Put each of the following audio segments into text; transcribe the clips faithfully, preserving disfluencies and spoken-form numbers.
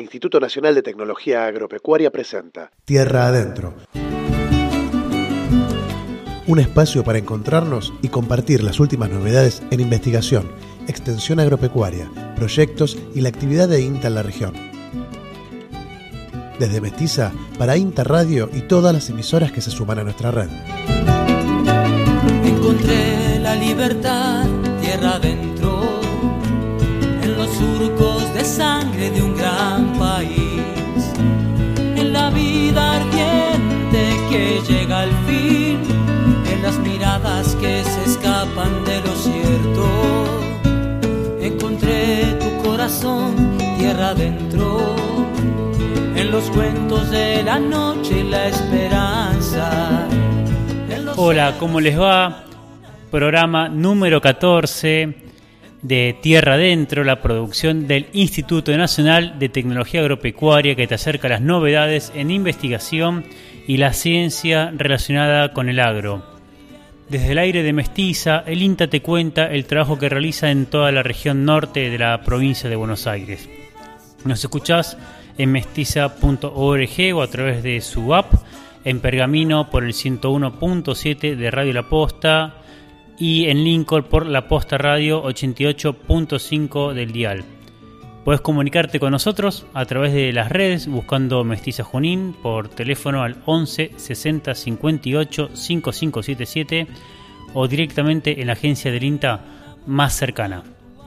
Instituto Nacional de Tecnología Agropecuaria presenta Tierra Adentro. Un espacio para encontrarnos y compartir las últimas novedades en investigación, extensión agropecuaria, proyectos y la actividad de INTA en la región. Desde Mestiza para INTA Radio y todas las emisoras que se suman a nuestra red. Encontré la libertad tierra adentro, en los surcos de sangre de un gran país, en la vida ardiente que llega al fin, en las miradas que se escapan de lo cierto. Encontré tu corazón tierra adentro, en los cuentos de la noche y la esperanza. Hola, ¿cómo les va? Programa número catorce de Tierra Adentro, la producción del Instituto Nacional de Tecnología Agropecuaria que te acerca a las novedades en investigación y la ciencia relacionada con el agro. Desde el aire de Mestiza, el INTA te cuenta el trabajo que realiza en toda la región norte de la provincia de Buenos Aires. Nos escuchás en mestiza punto org o a través de su app, en Pergamino por el ciento uno punto siete de Radio La Posta y en Lincoln por La Posta Radio ochenta y ocho punto cinco del dial. Puedes comunicarte con nosotros a través de las redes buscando Mestiza Junín por teléfono al once sesenta cincuenta y ocho cincuenta y cinco setenta y siete o directamente en la agencia del INTA más cercana.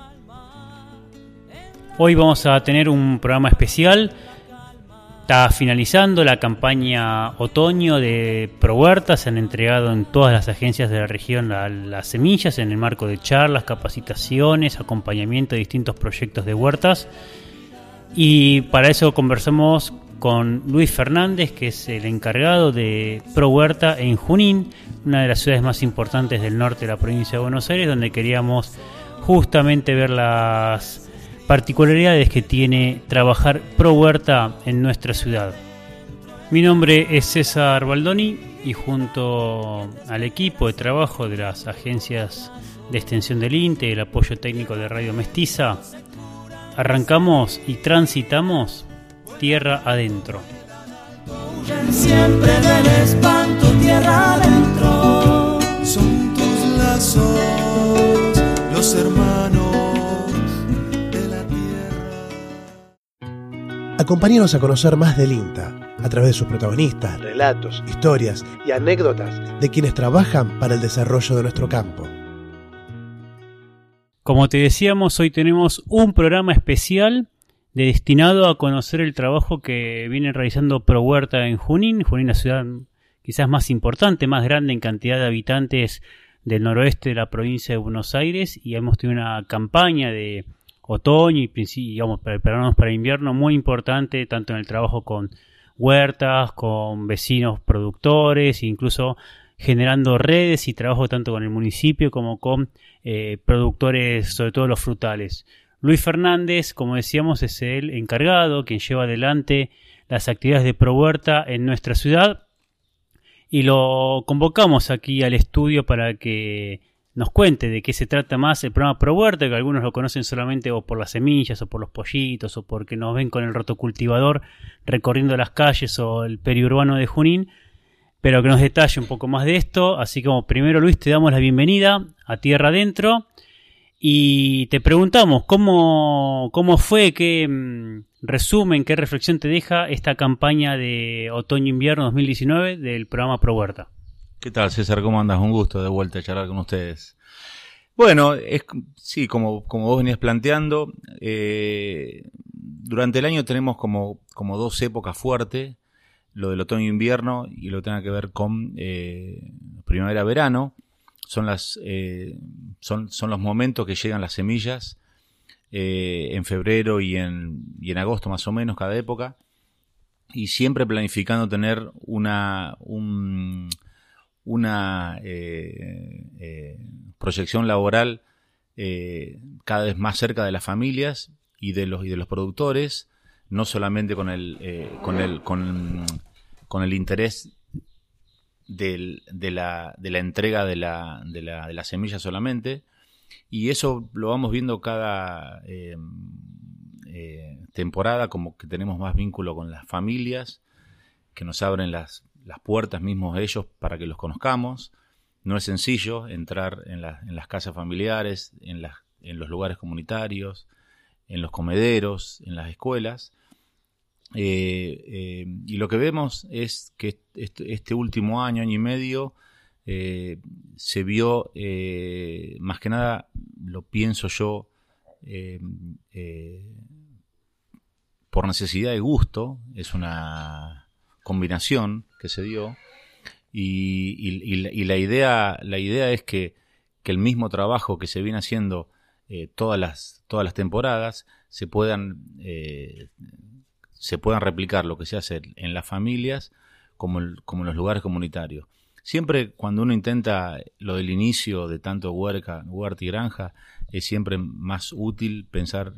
Hoy vamos a tener un programa especial. Está finalizando la campaña otoño de ProHuerta. Se han entregado en todas las agencias de la región las semillas en el marco de charlas, capacitaciones, acompañamiento de distintos proyectos de huertas. Y para eso conversamos con Luis Fernández, que es el encargado de ProHuerta en Junín, una de las ciudades más importantes del norte de la provincia de Buenos Aires, donde queríamos justamente ver las particularidades que tiene trabajar ProHuerta en nuestra ciudad. Mi nombre es César Baldoni y junto al equipo de trabajo de las agencias de extensión del INTE y el apoyo técnico de Radio Mestiza, arrancamos y transitamos Tierra Adentro. Siempre del espanto tierra adentro. Son tus lazos, los hermanos. Acompáñanos a conocer más del INTA a través de sus protagonistas, relatos, historias y anécdotas de quienes trabajan para el desarrollo de nuestro campo. Como te decíamos, hoy tenemos un programa especial de destinado a conocer el trabajo que viene realizando ProHuerta en Junín. Junín, la ciudad quizás más importante, más grande en cantidad de habitantes del noroeste de la provincia de Buenos Aires, y hemos tenido una campaña de otoño y digamos, prepararnos para invierno muy importante, tanto en el trabajo con huertas, con vecinos productores, incluso generando redes y trabajo tanto con el municipio como con eh, productores, sobre todo los frutales. Luis Fernández, como decíamos, es el encargado, quien lleva adelante las actividades de ProHuerta en nuestra ciudad, y lo convocamos aquí al estudio para que nos cuente de qué se trata más el programa ProHuerta, que algunos lo conocen solamente o por las semillas o por los pollitos o porque nos ven con el rotocultivador recorriendo las calles o el periurbano de Junín, pero que nos detalle un poco más de esto. Así como primero, Luis, te damos la bienvenida a Tierra Adentro y te preguntamos cómo, cómo fue, qué mmm, resumen, qué reflexión te deja esta campaña de otoño-invierno dos mil diecinueve del programa ProHuerta. ¿Qué tal, César? ¿Cómo andas? Un gusto de vuelta a charlar con ustedes. Bueno, es, sí, como, como vos venías planteando, eh, durante el año tenemos como, como dos épocas fuertes, lo del otoño e invierno y lo que tenga que ver con eh, primavera-verano. Son, las, eh, son, son los momentos que llegan las semillas eh, en febrero y en, y en agosto más o menos cada época, y siempre planificando tener una... un una eh, eh, proyección laboral eh, cada vez más cerca de las familias y de los y de los productores, no solamente con el eh, con el con, con el interés del, de la de la entrega de la de la de la semilla solamente, y eso lo vamos viendo cada eh, eh, temporada como que tenemos más vínculo con las familias, que nos abren las, las puertas mismos ellos para que los conozcamos. No es sencillo entrar en, la, en las casas familiares, en, las, en los lugares comunitarios, en los comederos, en las escuelas. Eh, eh, y lo que vemos es que este, este último año, año y medio, eh, se vio, eh, más que nada, lo pienso yo, eh, eh, por necesidad de gusto, es una combinación que se dio, y, y, y, la, y la idea, la idea es que, que el mismo trabajo que se viene haciendo eh, todas las, todas las temporadas se puedan eh, se puedan replicar lo que se hace en las familias como, el, como en los lugares comunitarios. Siempre cuando uno intenta lo del inicio de tanto huerca, huerta y granja, es siempre más útil pensar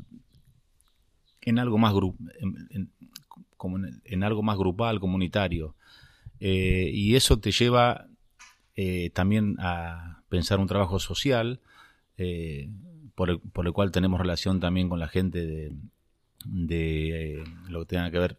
en algo más gru- en, en, como en, en algo más grupal, comunitario. Eh, y eso te lleva eh, también a pensar un trabajo social, eh, por, el, por el cual tenemos relación también con la gente de de eh, lo que tenga que ver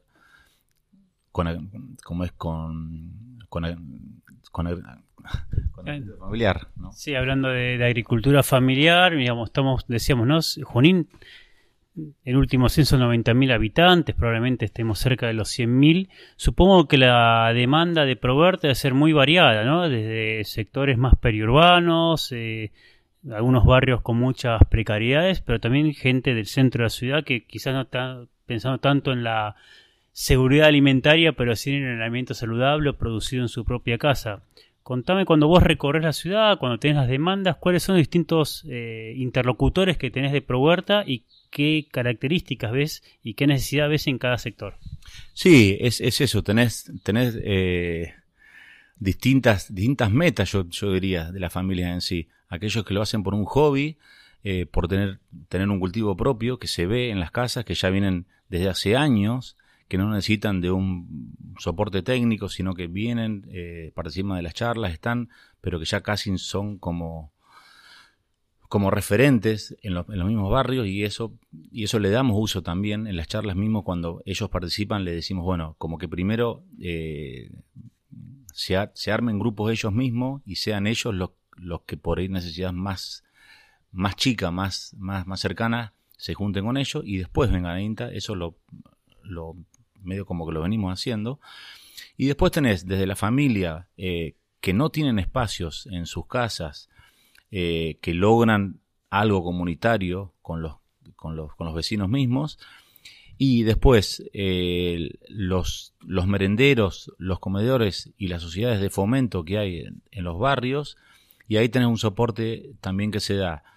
con como es con con, con, con el familiar, ¿no? Sí, hablando de, de agricultura familiar, digamos, estamos, decíamos, ¿no? Junín, el último censo, noventa mil habitantes, probablemente estemos cerca de los cien mil. Supongo que la demanda de Proberta debe ser muy variada, ¿no? Desde sectores más periurbanos, eh, algunos barrios con muchas precariedades, pero también gente del centro de la ciudad que quizás no está pensando tanto en la seguridad alimentaria, pero sí en el alimento saludable o producido en su propia casa. Contame, cuando vos recorres la ciudad, cuando tenés las demandas, cuáles son los distintos eh, interlocutores que tenés de Proberta y qué características ves y qué necesidad ves en cada sector. Sí, es, es eso, tenés, tenés eh, distintas, distintas metas, yo, yo diría, de las familias en sí. Aquellos que lo hacen por un hobby, eh, por tener, tener un cultivo propio que se ve en las casas, que ya vienen desde hace años, que no necesitan de un soporte técnico, sino que vienen, eh, participan de las charlas, están, pero que ya casi son como, como referentes en los, en los mismos barrios, y eso, y eso le damos uso también en las charlas mismo. Cuando ellos participan le decimos, bueno, como que primero eh, se, a, se armen grupos ellos mismos y sean ellos los los que por ahí necesidad más, más chica, más, más, más cercana, se junten con ellos y después vengan a INTA. Eso lo, lo medio como que lo venimos haciendo. Y después tenés desde la familia eh, que no tienen espacios en sus casas, eh, que logran algo comunitario con los, con los, con los vecinos mismos. Y después eh, los, los merenderos, los comedores y las sociedades de fomento que hay en, en los barrios. Y ahí tenés un soporte también que se da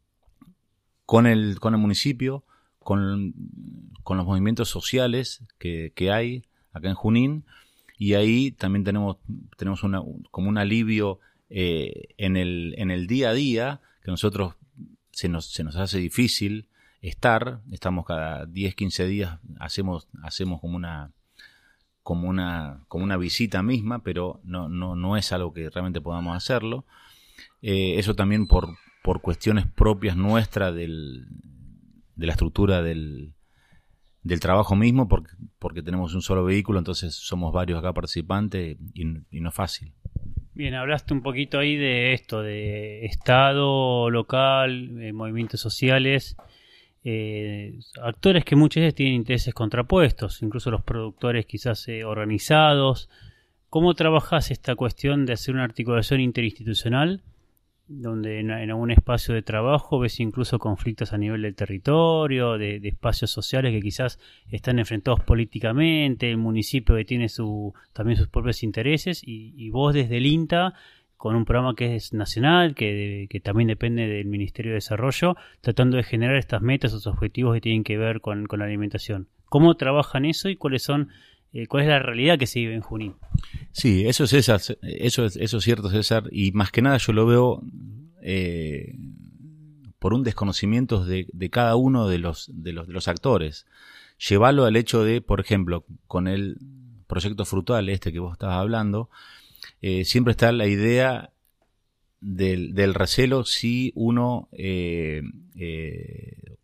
con el, con el municipio, con, con los movimientos sociales que, que hay acá en Junín, y ahí también tenemos, tenemos una, como un alivio eh, en, el, en el día a día, que nosotros se nos, se nos hace difícil estar, estamos cada diez, quince días, hacemos, hacemos como una como una, como una visita misma, pero no, no, no es algo que realmente podamos hacerlo. Eh, eso también por, por cuestiones propias nuestras del, de la estructura del, del trabajo mismo, porque, porque tenemos un solo vehículo, entonces somos varios acá participantes y, y no es fácil. Bien, hablaste un poquito ahí de esto, de Estado local, eh, movimientos sociales, eh, actores que muchas veces tienen intereses contrapuestos, incluso los productores quizás eh, organizados. ¿Cómo trabajás esta cuestión de hacer una articulación interinstitucional donde en, en algún espacio de trabajo ves incluso conflictos a nivel del territorio, de, de espacios sociales que quizás están enfrentados políticamente, el municipio que tiene su, también sus propios intereses, y, y vos desde el INTA, con un programa que es nacional, que, de, que también depende del Ministerio de Desarrollo, tratando de generar estas metas, estos objetivos que tienen que ver con, con la alimentación? ¿Cómo trabajan eso y cuáles son, eh, cuál es la realidad que se vive en Junín? Sí, eso es César, eso es, eso es cierto, César, y más que nada yo lo veo eh, por un desconocimiento de, de cada uno de los, de los de los actores. Llevarlo al hecho de, por ejemplo, con el proyecto frutal este que vos estabas hablando, eh, siempre está la idea del, del recelo si uno eh, eh,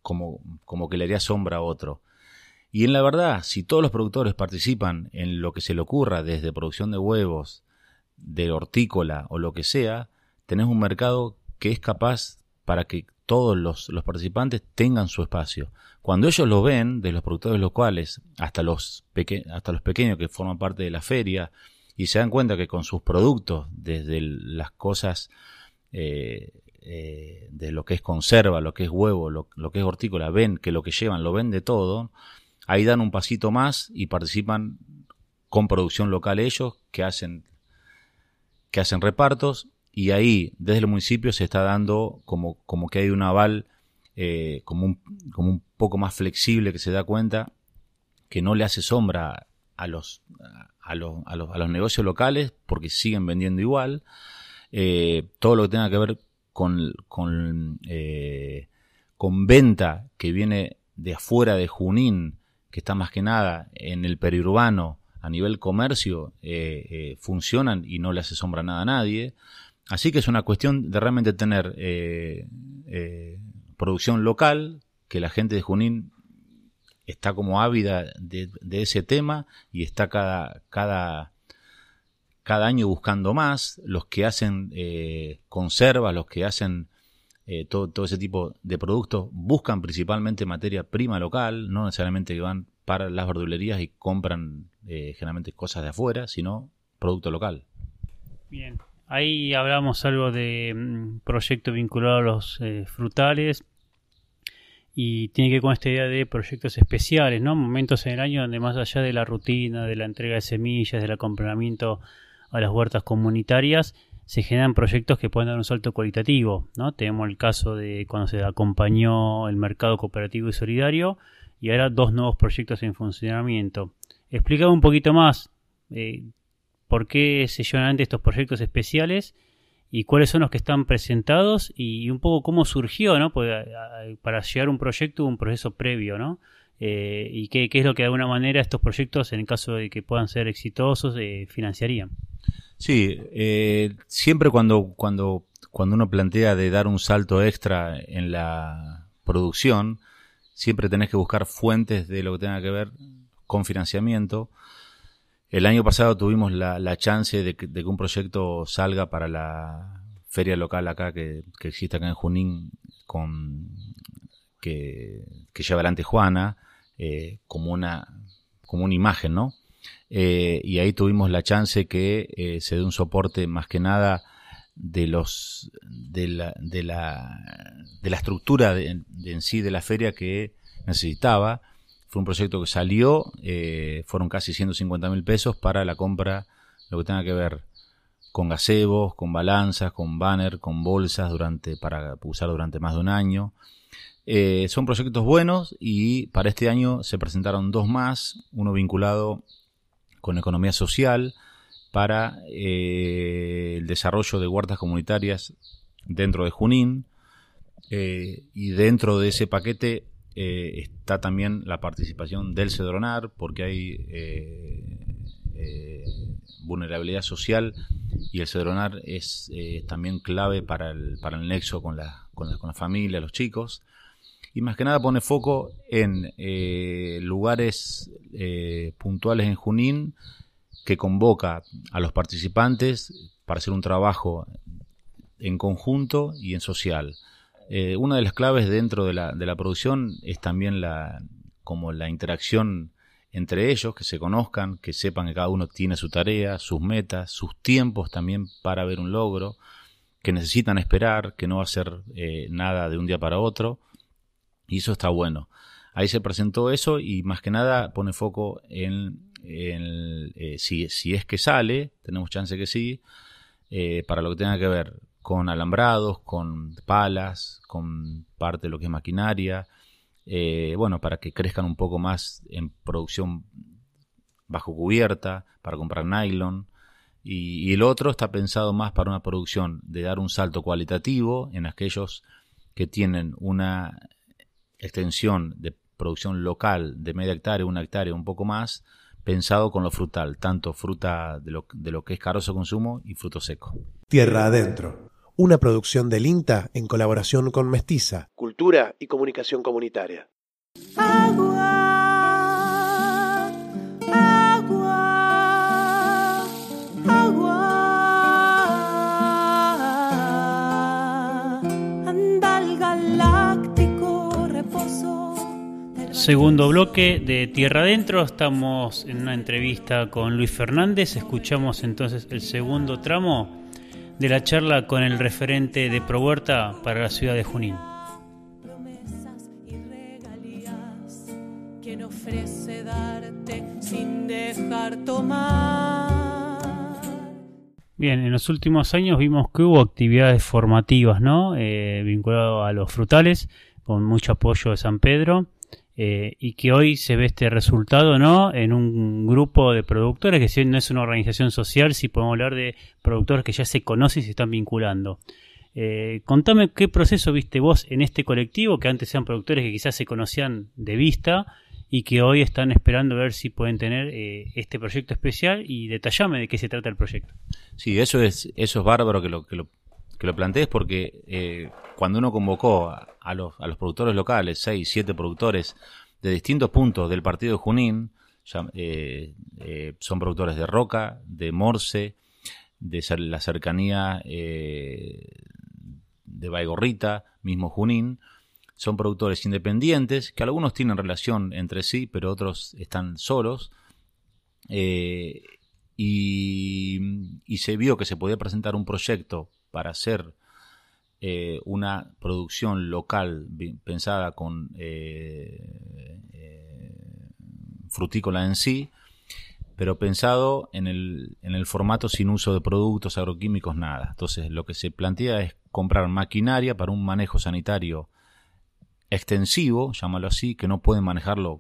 como, como que le haría sombra a otro. Y en la verdad, si todos los productores participan en lo que se le ocurra, desde producción de huevos, de hortícola o lo que sea, tenés un mercado que es capaz para que todos los, los participantes tengan su espacio. Cuando ellos lo ven, de los productores locales hasta los, peque- hasta los pequeños que forman parte de la feria, y se dan cuenta que con sus productos, desde el, las cosas, eh, eh, de lo que es conserva, lo que es huevo, lo, lo que es hortícola, ven que lo que llevan lo ven de todo, ahí dan un pasito más y participan con producción local ellos, que hacen, que hacen repartos, y ahí desde el municipio se está dando como, como que hay un aval, eh, como, un, como un poco más flexible, que se da cuenta que no le hace sombra a los, a los, a los, a los negocios locales, porque siguen vendiendo igual. Eh, todo lo que tenga que ver con, con, eh, con venta que viene de afuera de Junín, que está más que nada en el periurbano, a nivel comercio, eh, eh, funcionan y no le hace sombra nada a nadie. Así que es una cuestión de realmente tener eh, eh, producción local, que la gente de Junín está como ávida de, de ese tema y está cada, cada, cada año buscando más. Los que hacen eh, conservas, los que hacen eh, todo, todo ese tipo de productos, buscan principalmente materia prima local, no necesariamente que van para las verdulerías y compran eh, generalmente cosas de afuera, sino producto local. Bien, ahí hablamos algo de un proyecto vinculado a los eh, frutales, y tiene que ver con esta idea de proyectos especiales, ¿no? Momentos en el año donde, más allá de la rutina, de la entrega de semillas, del acompañamiento a las huertas comunitarias, se generan proyectos que pueden dar un salto cualitativo, ¿no? Tenemos el caso de cuando se acompañó el mercado cooperativo y solidario, y ahora dos nuevos proyectos en funcionamiento. Explícame un poquito más eh, por qué se llevan adelante estos proyectos especiales y cuáles son los que están presentados, y un poco cómo surgió, ¿no? Porque a, a, para llegar a un proyecto hubo un proceso previo, ¿no? Eh, y qué, qué es lo que de alguna manera estos proyectos, en el caso de que puedan ser exitosos, eh, financiarían. Sí, eh, siempre cuando, cuando, cuando uno plantea de dar un salto extra en la producción, siempre tenés que buscar fuentes de lo que tenga que ver con financiamiento. El año pasado tuvimos la, la chance de que, de que un proyecto salga para la feria local acá que, que existe acá en Junín, con, que, que lleva adelante Juana, eh, como una como una imagen, ¿no? Eh, y ahí tuvimos la chance que eh, se dé un soporte más que nada de los de la de la de la estructura de, de en sí de la feria que necesitaba. Fue un proyecto que salió, eh, fueron casi ciento cincuenta mil pesos para la compra, lo que tenga que ver con gazebos, con balanzas, con banner, con bolsas durante para usar durante más de un año. Eh, son proyectos buenos, y para este año se presentaron dos más, uno vinculado con economía social para eh, el desarrollo de huertas comunitarias dentro de Junín, eh, y dentro de ese paquete eh, está también la participación del Cedronar, porque hay eh, eh, vulnerabilidad social, y el Cedronar es eh, también clave para el, para el nexo con la, con la, con la familia, los chicos. Y más que nada pone foco en eh, lugares eh, puntuales en Junín, que convoca a los participantes para hacer un trabajo en conjunto y en social. Eh, una de las claves dentro de la, de la producción es también la, como la interacción entre ellos, que se conozcan, que sepan que cada uno tiene su tarea, sus metas, sus tiempos también para ver un logro, que necesitan esperar, que no va a ser eh, nada de un día para otro. Y eso está bueno. Ahí se presentó eso, y más que nada pone foco en, en eh, si, si es que sale, tenemos chance que sí, eh, para lo que tenga que ver con alambrados, con palas, con parte de lo que es maquinaria, eh, bueno, para que crezcan un poco más en producción bajo cubierta, para comprar nylon. Y, y el otro está pensado más para una producción de dar un salto cualitativo en aquellos que tienen una extensión de producción local de media hectárea, una hectárea, un poco más, pensado con lo frutal, tanto fruta de lo, de lo que es carozo consumo y fruto seco. Tierra Adentro, una producción del INTA en colaboración con Mestiza, Cultura y Comunicación Comunitaria. Agua, agua, agua, anda al galáctico reposo. Segundo bloque de Tierra Adentro, estamos en una entrevista con Luis Fernández, escuchamos entonces el segundo tramo de la charla con el referente de Prohuerta para la ciudad de Junín. Promesas y regalías, quien ofrece darte sin dejar tomar. Bien, en los últimos años vimos que hubo actividades formativas, ¿no? Eh, vinculado a los frutales, con mucho apoyo de San Pedro. Eh, y que hoy se ve este resultado, ¿no? En un grupo de productores que, si no es una organización social, sí podemos hablar de productores que ya se conocen y se están vinculando. Eh, contame qué proceso viste vos en este colectivo, que antes eran productores que quizás se conocían de vista y que hoy están esperando ver si pueden tener eh, este proyecto especial, y detallame de qué se trata el proyecto. Sí, eso es eso es bárbaro que lo que lo que lo plantees, porque eh, cuando uno convocó a, a los a los productores locales, seis, siete productores de distintos puntos del partido de Junín, ya, eh, eh, son productores de Roca, de Morse, de la cercanía eh, de Baigorrita, mismo Junín. Son productores independientes, que algunos tienen relación entre sí, pero otros están solos. Eh, y, y se vio que se podía presentar un proyecto para hacer eh, una producción local pensada con eh, eh, frutícola en sí, pero pensado en el, en el formato sin uso de productos agroquímicos, nada. Entonces lo que se plantea es comprar maquinaria para un manejo sanitario extensivo, llámalo así, que no pueden manejarlo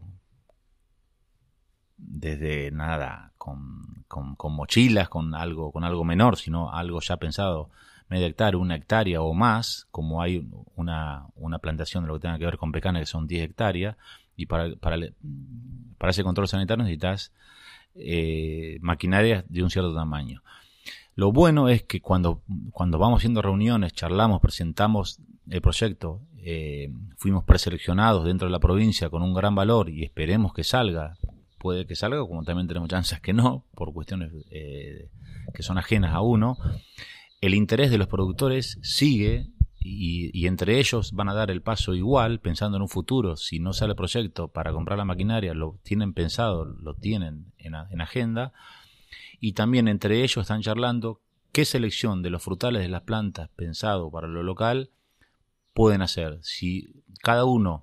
desde nada con, con, con mochilas, con algo, con algo menor, sino algo ya pensado, media hectárea, una hectárea o más, como hay una, una plantación de lo que tenga que ver con pecanas que son diez hectáreas, y para, para, para ese control sanitario necesitas eh, maquinarias de un cierto tamaño. Lo bueno es que cuando, cuando vamos haciendo reuniones, charlamos, presentamos el proyecto, eh, fuimos preseleccionados dentro de la provincia con un gran valor y esperemos que salga. Puede que salga, como también tenemos chances que no, por cuestiones eh, que son ajenas a uno. El interés de los productores sigue y, y entre ellos van a dar el paso igual, pensando en un futuro. Si no sale el proyecto para comprar la maquinaria, lo tienen pensado, lo tienen en, en agenda. Y también entre ellos están charlando qué selección de los frutales de las plantas pensado para lo local pueden hacer. Si cada uno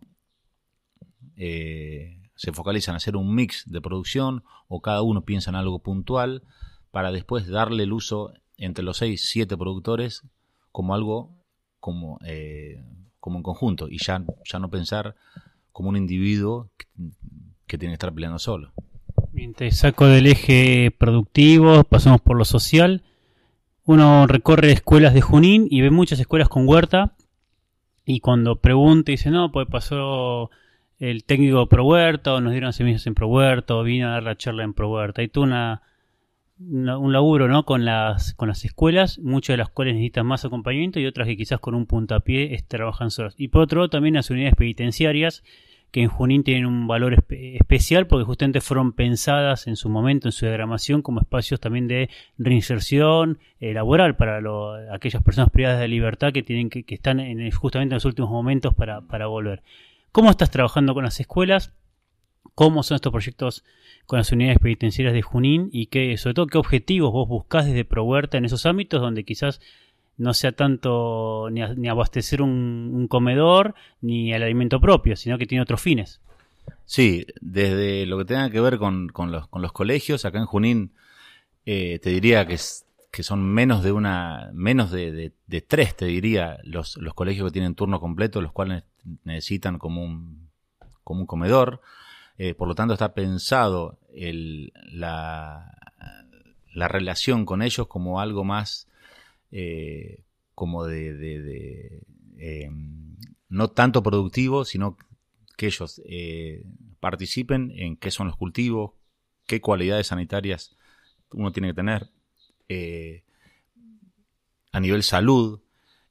eh, se focaliza en hacer un mix de producción o cada uno piensa en algo puntual para después darle el uso entre los seis, siete productores como algo como, eh, como en conjunto y ya, ya no pensar como un individuo que, que tiene que estar peleando solo. Bien, te saco del eje productivo, pasamos por lo social. Uno recorre escuelas de Junín y ve muchas escuelas con huerta, y cuando pregunta dice, no, pues pasó el técnico Pro Huerta, o nos dieron semillas en Pro Huerta, o vino a dar la charla en Pro Huerta. Hay todo una, una, un laburo, ¿no? con las con las escuelas, muchas de las cuales necesitan más acompañamiento y otras que quizás con un puntapié es, trabajan solas. Y por otro lado también las unidades penitenciarias, que en Junín tienen un valor espe- especial porque justamente fueron pensadas en su momento, en su diagramación, como espacios también de reinserción eh, laboral para lo, aquellas personas privadas de libertad que tienen que, que están en, justamente en los últimos momentos para, para volver. ¿Cómo estás trabajando con las escuelas? ¿Cómo son estos proyectos con las unidades penitenciarias de Junín? Y qué, sobre todo, ¿qué objetivos vos buscás desde Pro Huerta en esos ámbitos donde quizás no sea tanto ni, a, ni abastecer un, un comedor ni el alimento propio, sino que tiene otros fines? Sí, desde lo que tenga que ver con, con, los, con los colegios, acá en Junín eh, te diría que, es, que son menos de una menos de, de, de tres, te diría, los, los colegios que tienen turno completo, los cuales necesitan como un, como un comedor. Eh, por lo tanto, está pensado el, la, la relación con ellos como algo más Eh, como de, de, de eh, no tanto productivo, sino que ellos eh, participen en qué son los cultivos, qué cualidades sanitarias uno tiene que tener eh, a nivel salud,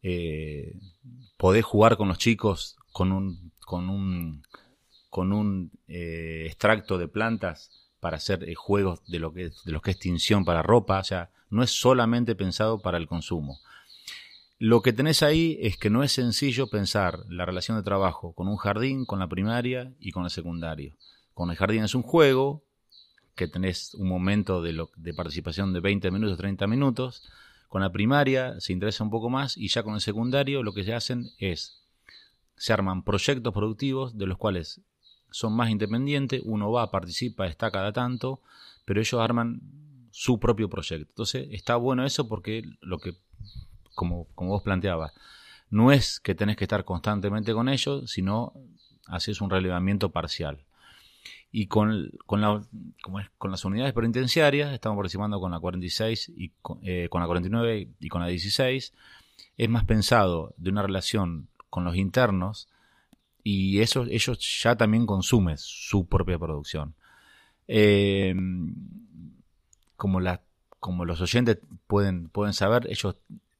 eh, podés jugar con los chicos con un, con un, con un eh, extracto de plantas para hacer eh, juegos de lo que es, de lo que es tinción para ropa. O sea, no es solamente pensado para el consumo. Lo que tenés ahí es que no es sencillo pensar la relación de trabajo con un jardín, con la primaria y con el secundario. Con el jardín es un juego, que tenés un momento de, lo, de participación de veinte minutos, treinta minutos. Con la primaria se interesa un poco más y ya con el secundario lo que se hacen es, se arman proyectos productivos de los cuales son más independientes, uno va, participa, está cada tanto, pero ellos arman su propio proyecto. Entonces está bueno eso porque lo que, como, como vos planteabas, no es que tenés que estar constantemente con ellos, sino haces un relevamiento parcial. Y con, con, la, como es, con las unidades penitenciarias, estamos participando con la cuarenta y seis, y con, eh, con la cuarenta y nueve y con la dieciséis, es más pensado de una relación con los internos y eso, ellos ya también consumen su propia producción. Eh, como, la, como los oyentes pueden, pueden saber, ellos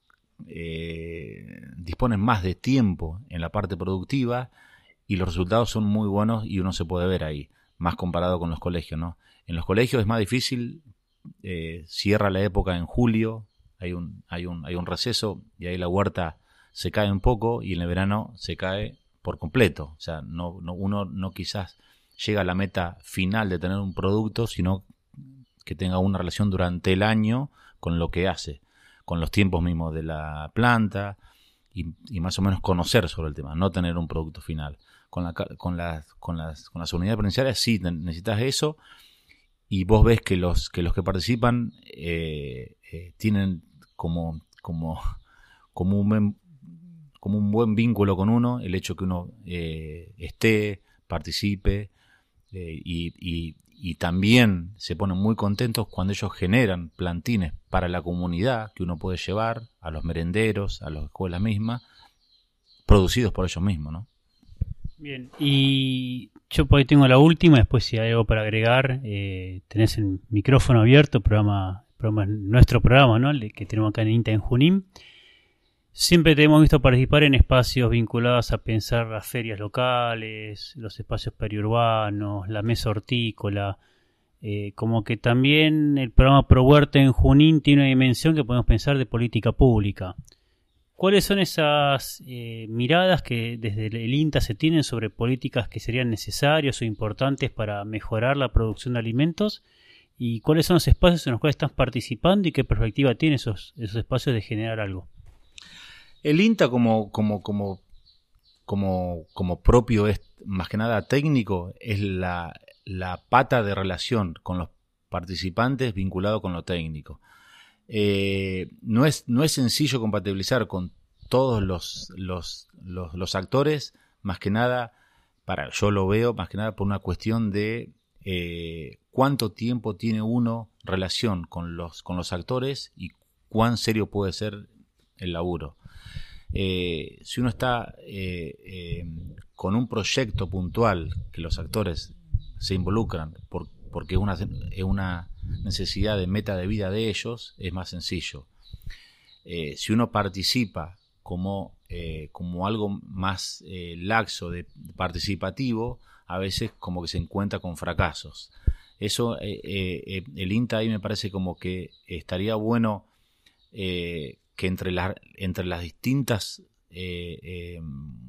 eh, disponen más de tiempo en la parte productiva y los resultados son muy buenos y uno se puede ver ahí. Más comparado con los colegios, ¿no? En los colegios es más difícil, eh, cierra la época en julio, hay un, hay un, hay un receso y ahí la huerta se cae un poco y en el verano se cae por completo. O sea, no, no, uno no quizás llega a la meta final de tener un producto, sino que tenga una relación durante el año con lo que hace, con los tiempos mismos de la planta y, y más o menos conocer sobre el tema, no tener un producto final. Con, la, con, las, con, las, con las unidades penitenciarias sí necesitas eso y vos ves que los que, los que participan eh, eh, tienen como, como, como, un, como un buen vínculo con uno, el hecho que uno eh, esté, participe eh, y, y, y también se ponen muy contentos cuando ellos generan plantines para la comunidad que uno puede llevar a los merenderos, a las escuelas mismas, producidos por ellos mismos, ¿no? Bien, y yo por ahí tengo la última, después si hay algo para agregar, eh, tenés el micrófono abierto, programa, programa nuestro programa, ¿no? El que tenemos acá en INTA en Junín. Siempre te hemos visto participar en espacios vinculados a pensar las ferias locales, los espacios periurbanos, la mesa hortícola, eh, como que también el programa Pro Huerta en Junín tiene una dimensión que podemos pensar de política pública. ¿Cuáles son esas eh, miradas que desde el INTA se tienen sobre políticas que serían necesarias o importantes para mejorar la producción de alimentos? ¿Y cuáles son los espacios en los cuales están participando y qué perspectiva tienen esos, esos espacios de generar algo? El INTA como, como, como, como, como propio es más que nada técnico, es la, la pata de relación con los participantes vinculado con lo técnico. Eh, no es no es sencillo compatibilizar con todos los, los, los, los actores, más que nada, para yo lo veo más que nada por una cuestión de eh, cuánto tiempo tiene uno relación con los, con los actores y cuán serio puede ser el laburo. Eh, si uno está eh, eh, con un proyecto puntual que los actores se involucran por, porque es una, es una necesidad de meta de vida de ellos, es más sencillo. Eh, si uno participa como, eh, como algo más eh, laxo, de, de participativo, a veces como que se encuentra con fracasos. Eso, eh, eh, el INTA ahí me parece como que estaría bueno eh, que entre, la, entre las distintas eh, eh,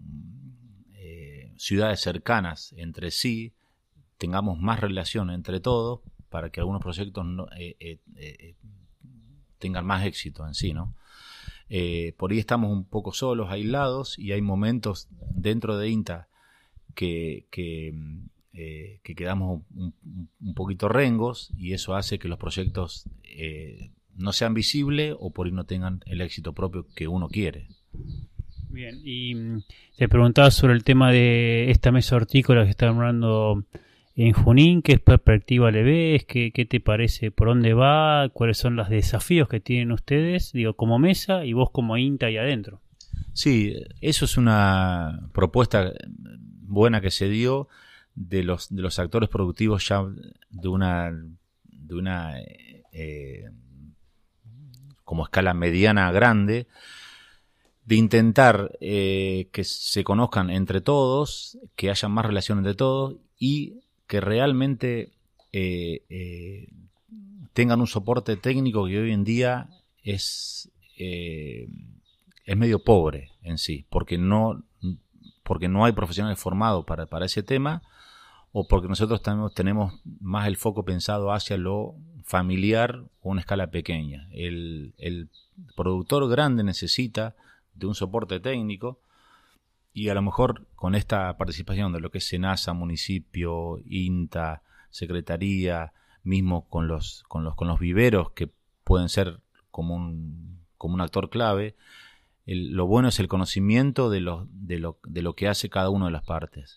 eh, ciudades cercanas entre sí tengamos más relación entre todos para que algunos proyectos no, eh, eh, eh, tengan más éxito en sí, ¿no? Eh, por ahí estamos un poco solos, aislados, y hay momentos dentro de INTA que, que, eh, que quedamos un, un poquito rengos y eso hace que los proyectos eh, no sean visibles o por ahí no tengan el éxito propio que uno quiere. Bien, y te preguntaba sobre el tema de esta mesa hortícola que está hablando en Junín. ¿Qué perspectiva le ves? ¿Qué, qué te parece? ¿Por dónde va? ¿Cuáles son los desafíos que tienen ustedes, digo, como mesa y vos como INTA ahí adentro? Sí, eso es una propuesta buena que se dio de los de los actores productivos ya de una de una eh, como escala mediana a grande. de intentar eh, que se conozcan entre todos, que haya más relación entre todos y que realmente eh, eh, tengan un soporte técnico que hoy en día es, eh, es medio pobre en sí, porque no, porque no hay profesionales formados para, para ese tema, o porque nosotros tenemos, tenemos más el foco pensado hacia lo familiar o una escala pequeña. El, el productor grande necesita de un soporte técnico y a lo mejor con esta participación de lo que es SENASA, municipio, INTA, secretaría, mismo con los, con los, con los viveros que pueden ser como un, como un actor clave, el, lo bueno es el conocimiento de lo, de, lo, de lo que hace cada una de las partes.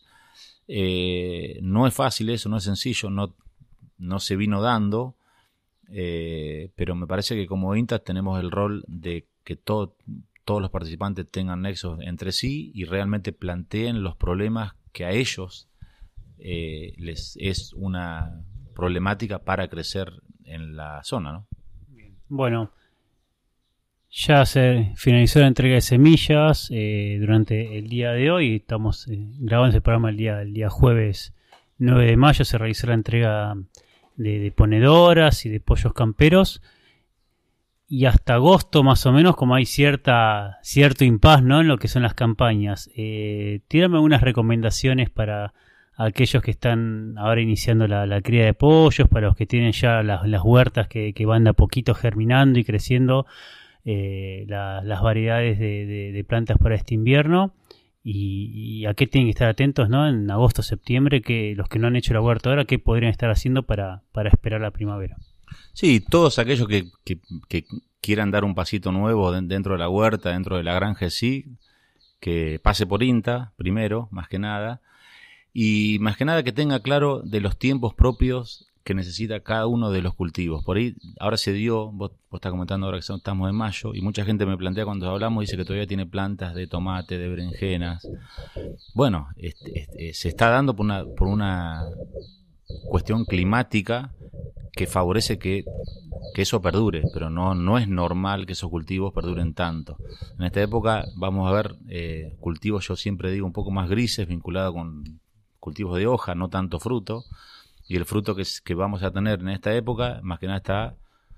Eh, no es fácil eso, no es sencillo, no, no se vino dando, eh, pero me parece que como INTA tenemos el rol de que todo todos los participantes tengan nexos entre sí y realmente planteen los problemas que a ellos eh, les es una problemática para crecer en la zona, ¿no? Bueno, ya se finalizó la entrega de semillas eh, durante el día de hoy. Estamos eh, grabando este programa el día, el día jueves nueve de mayo. Se realizó la entrega de, de ponedoras y de pollos camperos. Y hasta agosto más o menos, como hay cierta cierto impas, ¿no?, en lo que son las campañas. Eh, tírame algunas recomendaciones para aquellos que están ahora iniciando la, la cría de pollos, para los que tienen ya las, las huertas que, que van de a poquito germinando y creciendo, eh, la, las variedades de, de, de plantas para este invierno. Y, y a qué tienen que estar atentos, ¿no?, en agosto, septiembre, que los que no han hecho la huerta ahora, qué podrían estar haciendo para, para esperar la primavera. Sí, todos aquellos que, que, que quieran dar un pasito nuevo dentro de la huerta, dentro de la granja, sí, que pase por INTA primero, más que nada, y más que nada que tenga claro de los tiempos propios que necesita cada uno de los cultivos. Por ahí, ahora se dio, vos, vos estás comentando ahora que estamos en mayo, y mucha gente me plantea cuando hablamos, dice que todavía tiene plantas de tomate, de berenjenas. Bueno, este, este, se está dando por una, por una cuestión climática que favorece que, que eso perdure, pero no, no es normal que esos cultivos perduren tanto. En esta época vamos a ver eh, cultivos, yo siempre digo, un poco más grises, vinculados con cultivos de hoja, no tanto fruto, y el fruto que, que vamos a tener en esta época, más que nada está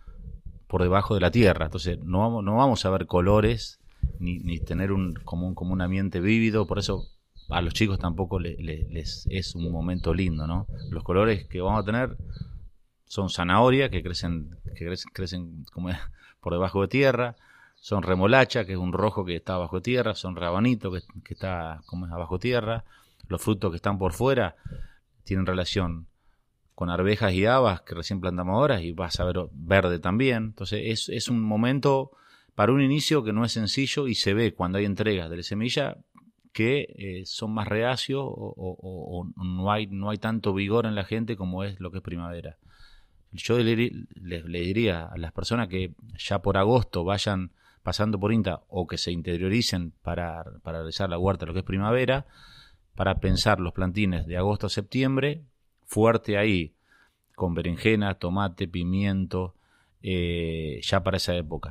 por debajo de la tierra, entonces no vamos, no vamos a ver colores, ni, ni tener un como, un como un ambiente vívido, por eso a los chicos tampoco les, les, les es un momento lindo, ¿no? Los colores que vamos a tener son zanahoria, que crecen que crecen, crecen como por debajo de tierra, son remolacha, que es un rojo que está bajo tierra, son rabanito, que, que está como es abajo tierra. Los frutos que están por fuera tienen relación con arvejas y habas, que recién plantamos ahora, y vas a ver verde también. Entonces es, es un momento para un inicio que no es sencillo, y se ve cuando hay entregas de la semilla que eh, son más reacios o, o, o, o no hay no hay tanto vigor en la gente como es lo que es primavera. Yo le, le, le diría a las personas que ya por agosto vayan pasando por INTA o que se interioricen para, para realizar la huerta, lo que es primavera, para pensar los plantines de agosto a septiembre, fuerte ahí, con berenjena, tomate, pimiento, eh, ya para esa época.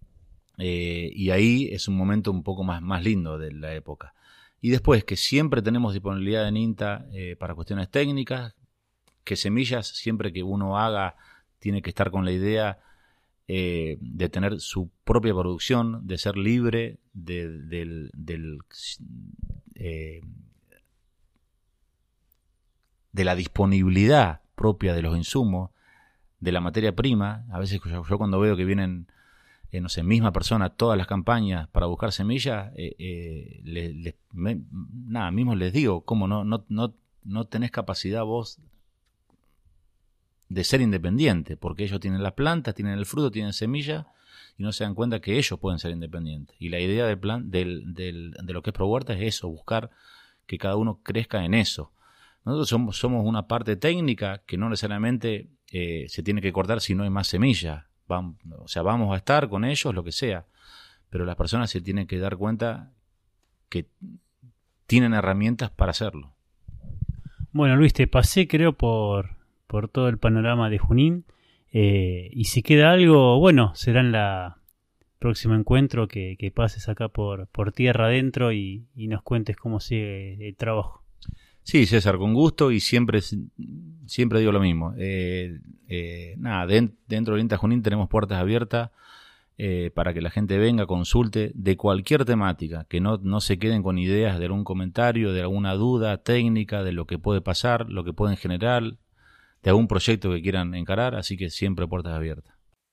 Eh, y ahí es un momento un poco más, más lindo de la época. Y después que siempre tenemos disponibilidad en INTA eh, para cuestiones técnicas, que semillas, siempre que uno haga, tiene que estar con la idea eh, de tener su propia producción, de ser libre de, del, del, eh, de la disponibilidad propia de los insumos, de la materia prima. A veces yo, yo cuando veo que vienen, eh, no sé, misma persona, todas las campañas para buscar semillas, eh, eh, les, les, me, nada, mismo les digo, ¿cómo no, no, no, no tenés capacidad vos de ser independiente? Porque ellos tienen las plantas, tienen el fruto, tienen semilla, y no se dan cuenta que ellos pueden ser independientes. Y la idea del plan, del, del, de lo que es ProHuerta es eso, buscar que cada uno crezca en eso. Nosotros somos, somos una parte técnica que no necesariamente eh, se tiene que cortar si no hay más semilla. Vamos, o sea, vamos a estar con ellos, lo que sea, pero las personas se tienen que dar cuenta que tienen herramientas para hacerlo. Bueno, Luis, te pasé creo por, por todo el panorama de Junín, eh, y si queda algo, bueno, será en la, próximo encuentro que, que pases acá por, por tierra adentro y, y nos cuentes cómo sigue el trabajo. Sí, César, con gusto, y siempre siempre digo lo mismo. Eh, eh, nada, de, dentro de INTA Junín tenemos puertas abiertas eh, para que la gente venga, consulte de cualquier temática, que no, no se queden con ideas de algún comentario, de alguna duda técnica, de lo que puede pasar, lo que pueden generar, de algún proyecto que quieran encarar, así que siempre puertas abiertas.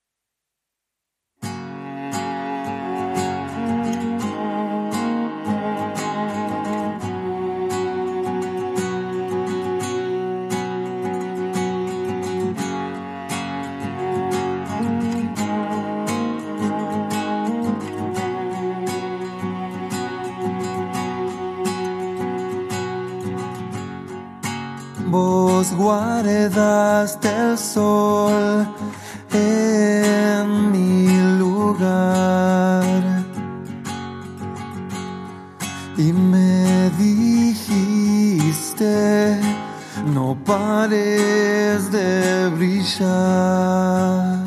Vos guardaste el sol en mi lugar y me dijiste, no pares de brillar.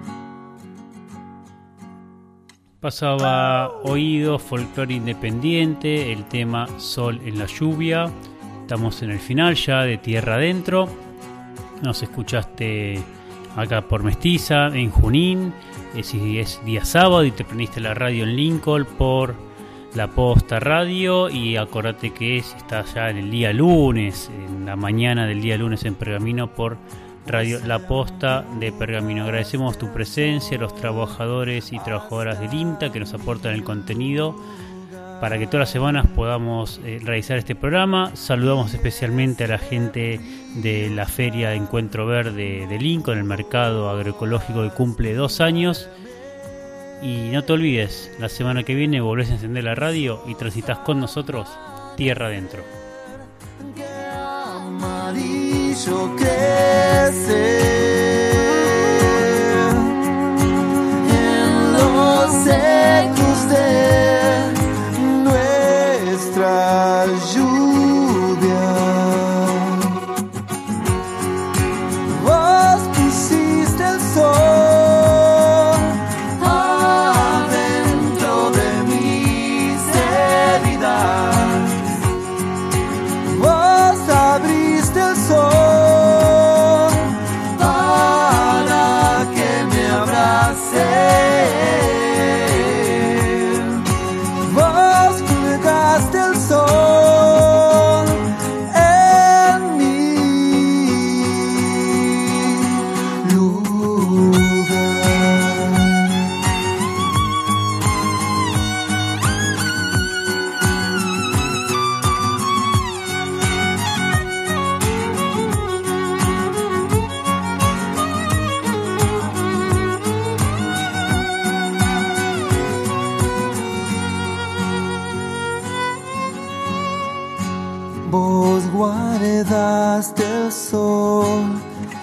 Pasaba Oído, folclore independiente, el tema Sol en la lluvia. Estamos en el final ya de Tierra Adentro. Nos escuchaste acá por Mestiza, en Junín. Es, es día sábado y te prendiste la radio en Lincoln por La Posta Radio. Y acordate que si estás ya en el día lunes, en la mañana del día lunes en Pergamino por Radio La Posta de Pergamino. Agradecemos tu presencia, los trabajadores y trabajadoras del INTA que nos aportan el contenido para que todas las semanas podamos eh, realizar este programa. Saludamos especialmente a la gente de la Feria de Encuentro Verde de Lincoln, el mercado agroecológico que cumple dos años. Y no te olvides, la semana que viene volvés a encender la radio y transitas con nosotros Tierra Adentro. Amarillo crece en los ecos de nuestra lluvia. Vos pusiste el sol adentro de mis heridas. Vos abriste el sol para que me abraces. El sol en mi lugar. Vos guardaste el sol